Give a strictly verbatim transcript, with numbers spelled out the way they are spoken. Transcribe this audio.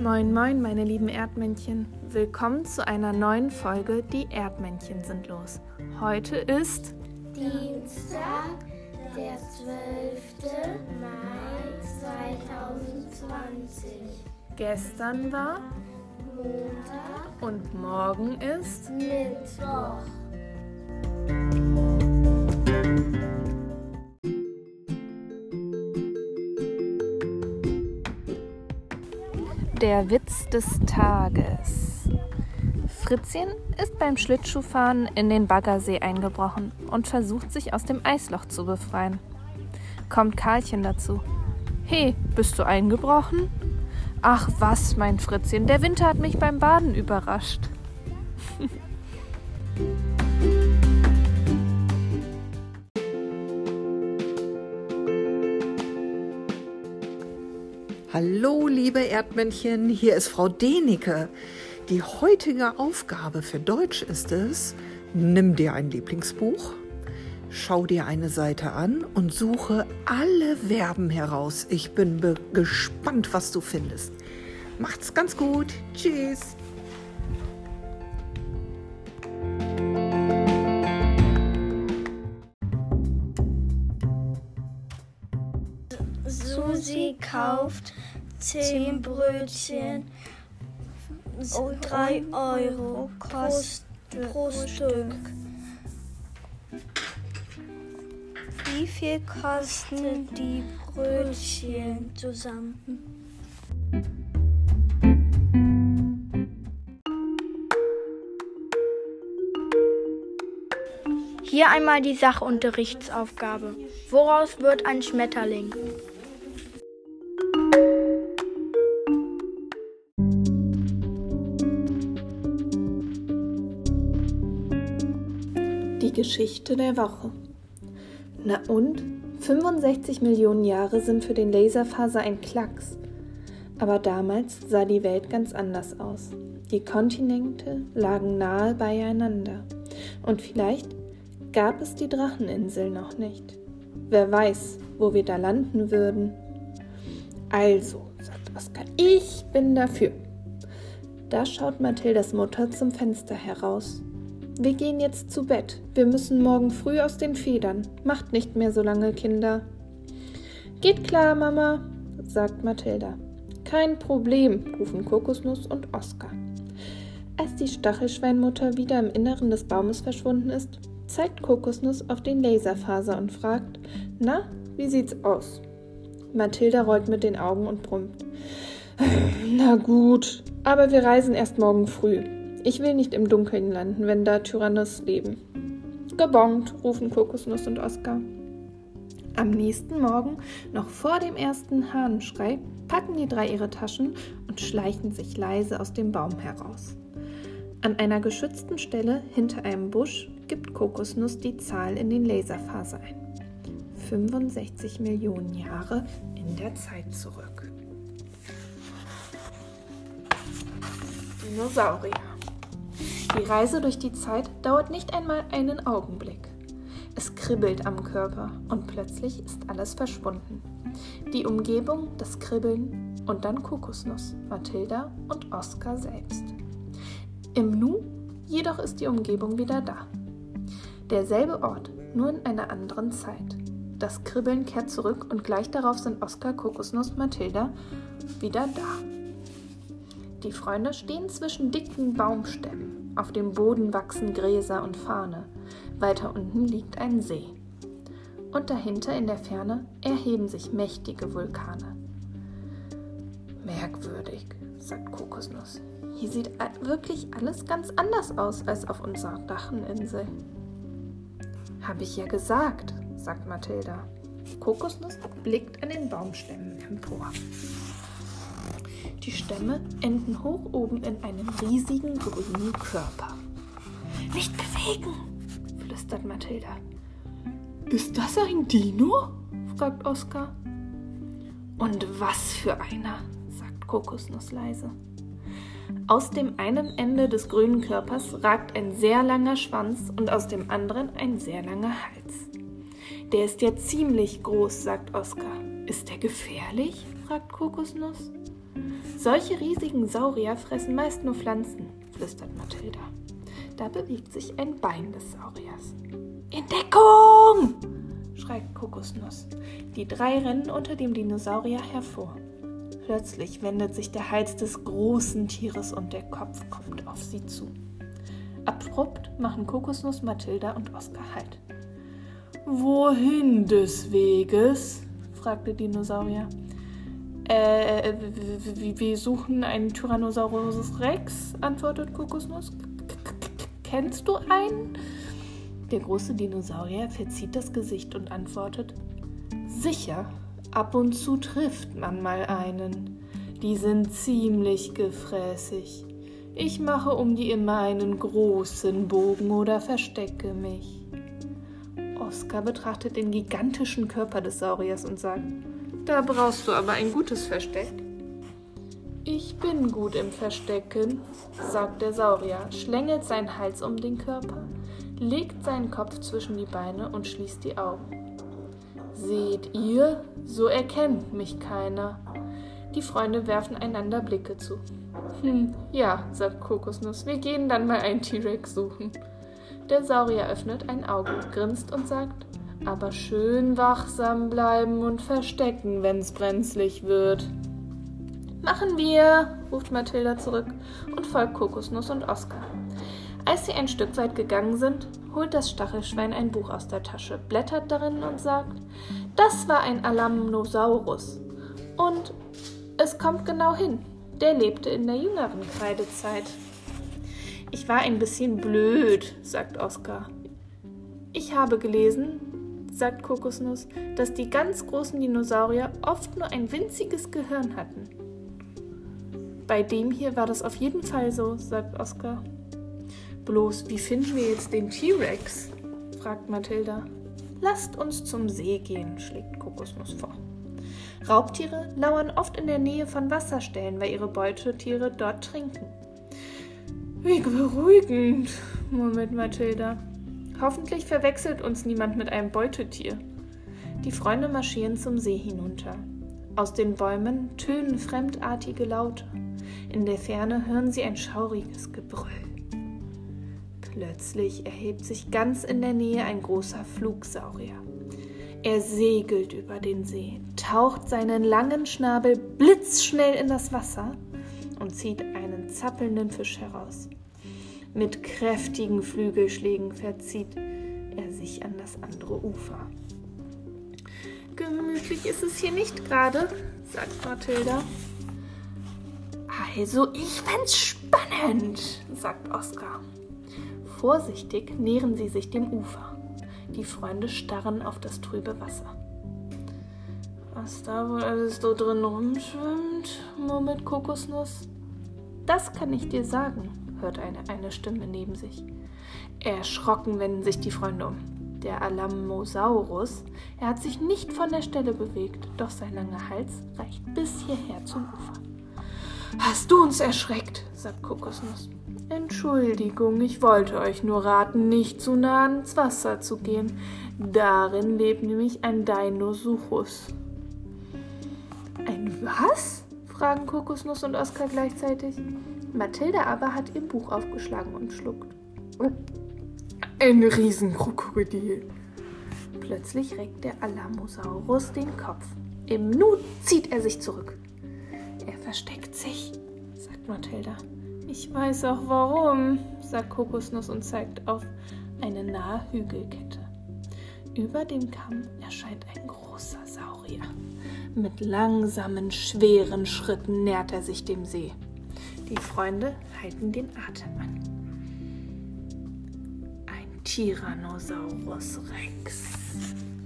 Moin moin meine lieben Erdmännchen, willkommen zu einer neuen Folge Die Erdmännchen sind los. Heute ist Dienstag, der zwölfte Mai zweitausendzwanzig. Gestern war Montag und morgen ist Mittwoch. der Witz des Tages. Fritzchen ist beim Schlittschuhfahren in den Baggersee eingebrochen und versucht, sich aus dem Eisloch zu befreien. Kommt Karlchen dazu. Hey, bist du eingebrochen? Ach was, mein Fritzchen, der Winter hat mich beim Baden überrascht. Hallo liebe Erdmännchen, hier ist Frau Denike. Die heutige Aufgabe für Deutsch ist es, nimm dir ein Lieblingsbuch, schau dir eine Seite an und suche alle Verben heraus. Ich bin be- gespannt, was du findest. Macht's ganz gut. Tschüss. Susi kauft zehn Brötchen, drei Euro kostet pro Stück. Wie viel kosten die Brötchen zusammen? Hier einmal die Sachunterrichtsaufgabe. Woraus wird ein Schmetterling? Die Geschichte der Woche. Na und? fünfundsechzig Millionen Jahre sind für den Laserfaser ein Klacks. Aber damals sah die Welt ganz anders aus. Die Kontinente lagen nahe beieinander. Und vielleicht gab es die Dracheninsel noch nicht. Wer weiß, wo wir da landen würden. Also, sagt Oskar, ich bin dafür. Da schaut Mathildas Mutter zum Fenster heraus. Wir gehen jetzt zu Bett. Wir müssen morgen früh aus den Federn. Macht nicht mehr so lange, Kinder. Geht klar, Mama, sagt Mathilda. Kein Problem, rufen Kokosnuss und Oskar. Als die Stachelschweinmutter wieder im Inneren des Baumes verschwunden ist, zeigt Kokosnuss auf den Laserfaser und fragt, na, wie sieht's aus? Mathilda rollt mit den Augen und brummt. Na gut, aber wir reisen erst morgen früh. Ich will nicht im Dunkeln landen, wenn da Tyrannos leben. Gebongt, rufen Kokosnuss und Oskar. Am nächsten Morgen, noch vor dem ersten Hahnenschrei, packen die drei ihre Taschen und schleichen sich leise aus dem Baum heraus. An einer geschützten Stelle hinter einem Busch gibt Kokosnuss die Zahl in den Laserfaser ein. fünfundsechzig Millionen Jahre in der Zeit zurück. Dinosaurier. Die Reise durch die Zeit dauert nicht einmal einen Augenblick. Es kribbelt am Körper und plötzlich ist alles verschwunden. Die Umgebung, das Kribbeln und dann Kokosnuss, Mathilda und Oskar selbst. Im Nu jedoch ist die Umgebung wieder da. Derselbe Ort, nur in einer anderen Zeit. Das Kribbeln kehrt zurück und gleich darauf sind Oskar, Kokosnuss, Mathilda wieder da. Die Freunde stehen zwischen dicken Baumstämmen. Auf dem Boden wachsen Gräser und Farne. Weiter unten liegt ein See. Und dahinter in der Ferne erheben sich mächtige Vulkane. Merkwürdig, sagt Kokosnuss. Hier sieht wirklich alles ganz anders aus als auf unserer Dracheninsel. Hab ich ja gesagt, sagt Mathilda. Kokosnuss blickt an den Baumstämmen empor. Die Stämme enden hoch oben in einem riesigen grünen Körper. Nicht bewegen, flüstert Mathilda. Ist das ein Dino? Fragt Oskar. Und was für einer, sagt Kokosnuss leise. Aus dem einen Ende des grünen Körpers ragt ein sehr langer Schwanz und aus dem anderen ein sehr langer Hals. Der ist ja ziemlich groß, sagt Oskar. Ist der gefährlich? Fragt Kokosnuss. Solche riesigen Saurier fressen meist nur Pflanzen, flüstert Mathilda. Da bewegt sich ein Bein des Sauriers. In Deckung! Schreit Kokosnuss. Die drei rennen unter dem Dinosaurier hervor. Plötzlich wendet sich der Hals des großen Tieres und der Kopf kommt auf sie zu. Abrupt machen Kokosnuss, Mathilda und Oskar Halt. Wohin des Weges? Fragt der Dinosaurier. Äh, wir suchen einen Tyrannosaurus Rex, antwortet Kokosnuss. Kennst du einen? Der große Dinosaurier verzieht das Gesicht und antwortet: Sicher, ab und zu trifft man mal einen. Die sind ziemlich gefräßig. Ich mache um die immer einen großen Bogen oder verstecke mich. Oskar betrachtet den gigantischen Körper des Sauriers und sagt: Da brauchst du aber ein gutes Versteck. Ich bin gut im Verstecken, sagt der Saurier, schlängelt seinen Hals um den Körper, legt seinen Kopf zwischen die Beine und schließt die Augen. Seht ihr, so erkennt mich keiner. Die Freunde werfen einander Blicke zu. Hm, ja, sagt Kokosnuss, wir gehen dann mal einen T-Rex suchen. Der Saurier öffnet ein Auge, grinst und sagt: Aber schön wachsam bleiben und verstecken, wenn's brenzlig wird. Machen wir, ruft Mathilda zurück und folgt Kokosnuss und Oskar. Als sie ein Stück weit gegangen sind, holt das Stachelschwein ein Buch aus der Tasche, blättert darin und sagt: Das war ein Alamnosaurus. Und es kommt genau hin, der lebte in der jüngeren Kreidezeit. Ich war ein bisschen blöd, sagt Oskar. Ich habe gelesen, sagt Kokosnuss, dass die ganz großen Dinosaurier oft nur ein winziges Gehirn hatten. Bei dem hier war das auf jeden Fall so, sagt Oskar. Bloß, wie finden wir jetzt den T-Rex? Fragt Mathilda. Lasst uns zum See gehen, schlägt Kokosnuss vor. Raubtiere lauern oft in der Nähe von Wasserstellen, weil ihre Beutetiere dort trinken. Wie beruhigend, murmelt Mathilda. Hoffentlich verwechselt uns niemand mit einem Beutetier. Die Freunde marschieren zum See hinunter. Aus den Bäumen tönen fremdartige Laute. In der Ferne hören sie ein schauriges Gebrüll. Plötzlich erhebt sich ganz in der Nähe ein großer Flugsaurier. Er segelt über den See, taucht seinen langen Schnabel blitzschnell in das Wasser und zieht einen zappelnden Fisch heraus. Mit kräftigen Flügelschlägen verzieht er sich an das andere Ufer. Gemütlich ist es hier nicht gerade, sagt Mathilda. Also, ich find's spannend, sagt Oskar. Vorsichtig nähern sie sich dem Ufer. Die Freunde starren auf das trübe Wasser. Was da wohl alles so drin rumschwimmt, murmelt Kokosnuss. Das kann ich dir sagen, hört eine, eine Stimme neben sich. Erschrocken wenden sich die Freunde um. Der Alamnosaurus, er hat sich nicht von der Stelle bewegt, doch sein langer Hals reicht bis hierher zum Ufer. Hast du uns erschreckt, sagt Kokosnuss. Entschuldigung, ich wollte euch nur raten, nicht zu nah ans Wasser zu gehen. Darin lebt nämlich ein Dinosaurus. Ein was? Fragen Kokosnuss und Oskar gleichzeitig. Mathilda aber hat ihr Buch aufgeschlagen und schluckt. Ein Riesenkrokodil. Plötzlich reckt der Alamnosaurus den Kopf. Im Nu zieht er sich zurück. Er versteckt sich, sagt Mathilda. Ich weiß auch warum, sagt Kokosnuss und zeigt auf eine nahe Hügelkette. Über dem Kamm erscheint ein großer Saurier. Mit langsamen, schweren Schritten nähert er sich dem See. Die Freunde halten den Atem an. Ein Tyrannosaurus Rex.